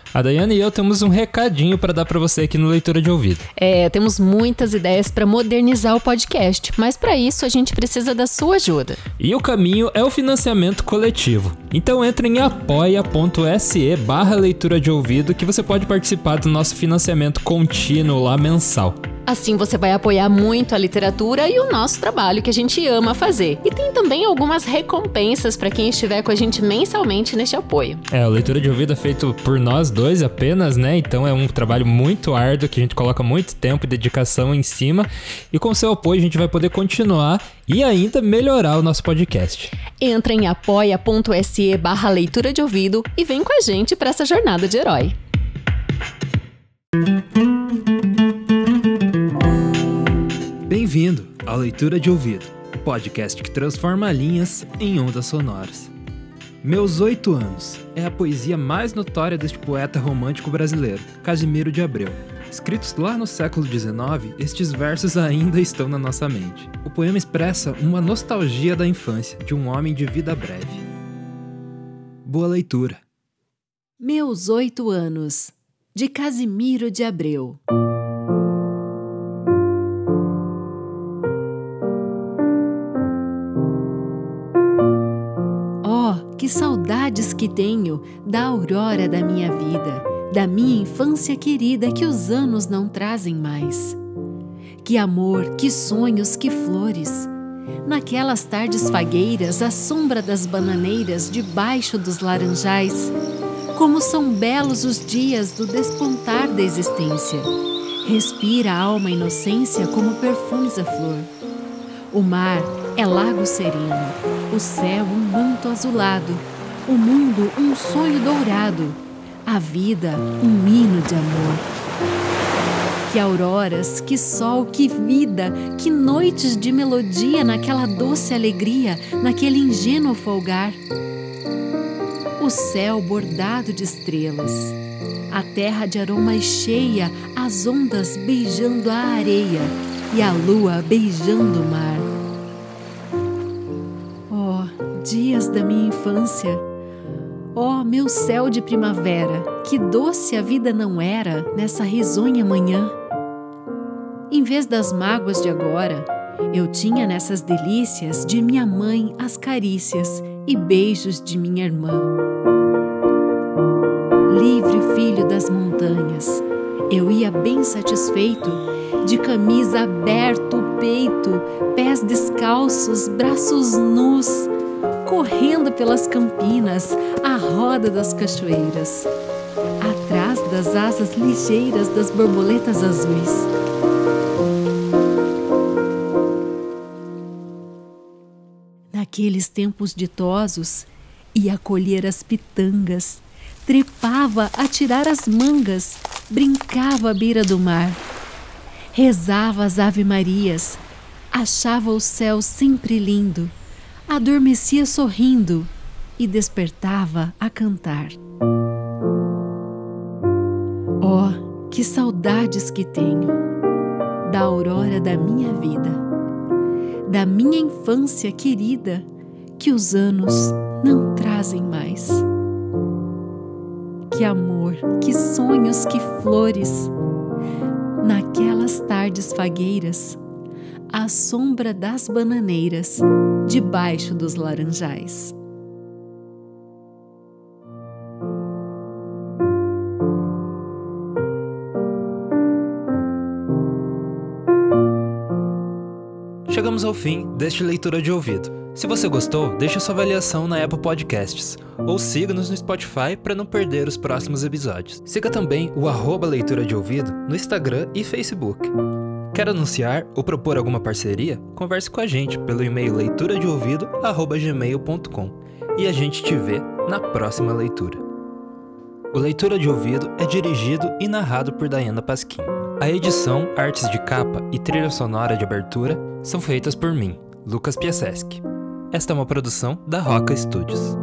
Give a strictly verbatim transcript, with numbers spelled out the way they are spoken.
A Daiane e eu temos um recadinho para dar para você aqui no Leitura de Ouvido. É, temos muitas ideias para modernizar o podcast, mas para isso a gente precisa da sua ajuda. E o caminho é o financiamento coletivo. Então entre em apoia.se barra leitura de ouvido que você pode participar do nosso financiamento contínuo lá mensal. Assim você vai apoiar muito a literatura e o nosso trabalho que a gente ama fazer. E tem também algumas recompensas para quem estiver com a gente mensalmente neste apoio. É, o Leitura de Ouvido é feito por nós dois apenas, né? Então é um trabalho muito árduo que a gente coloca muito tempo e dedicação em cima. E com seu apoio a gente vai poder continuar e ainda melhorar o nosso podcast. Entra em apoia.se barra leitura de ouvido e vem com a gente para essa jornada de herói. Bem-vindo ao Leitura de Ouvido, o podcast que transforma linhas em ondas sonoras. Meus Oito Anos é a poesia mais notória deste poeta romântico brasileiro, Casimiro de Abreu. Escritos lá no século dezenove, estes versos ainda estão na nossa mente. O poema expressa uma nostalgia da infância de um homem de vida breve. Boa leitura. Meus Oito Anos, de Casimiro de Abreu. Que saudades que tenho da aurora da minha vida, da minha infância querida que os anos não trazem mais. Que amor, que sonhos, que flores. Naquelas tardes fagueiras, à sombra das bananeiras, debaixo dos laranjais. Como são belos os dias do despontar da existência. Respira a alma inocência como perfumes a flor. O mar é lago sereno, o céu um manto azulado, o mundo um sonho dourado, a vida um hino de amor. Que auroras, que sol, que vida, que noites de melodia naquela doce alegria, naquele ingênuo folgar. O céu bordado de estrelas, a terra de aromas cheia, as ondas beijando a areia e a lua beijando o mar. Dias da minha infância, ó, oh, meu céu de primavera, que doce a vida não era nessa risonha manhã. Em vez das mágoas de agora, eu tinha nessas delícias de minha mãe as carícias e beijos de minha irmã. Livre filho das montanhas, eu ia bem satisfeito, de camisa aberta o peito, pés descalços, braços nus, correndo pelas campinas, à roda das cachoeiras, atrás das asas ligeiras das borboletas azuis. Naqueles tempos ditosos, ia colher as pitangas, trepava a tirar as mangas, brincava à beira do mar, rezava as ave-marias, achava o céu sempre lindo, adormecia sorrindo e despertava a cantar. Oh, que saudades que tenho da aurora da minha vida, da minha infância querida que os anos não trazem mais. Que amor, que sonhos, que flores, naquelas tardes fagueiras, à sombra das bananeiras, debaixo dos laranjais. Chegamos ao fim deste Leitura de Ouvido. Se você gostou, deixe sua avaliação na Apple Podcasts ou siga-nos no Spotify para não perder os próximos episódios. Siga também o arroba Leitura de Ouvido no Instagram e Facebook. Quer anunciar ou propor alguma parceria? Converse com a gente pelo e-mail leitura de ouvido arroba gmail ponto com e a gente te vê na próxima leitura. O Leitura de Ouvido é dirigido e narrado por Daiana Pasquim. A edição, artes de capa e trilha sonora de abertura são feitas por mim, Lucas Piaseschi. Esta é uma produção da Roca Studios.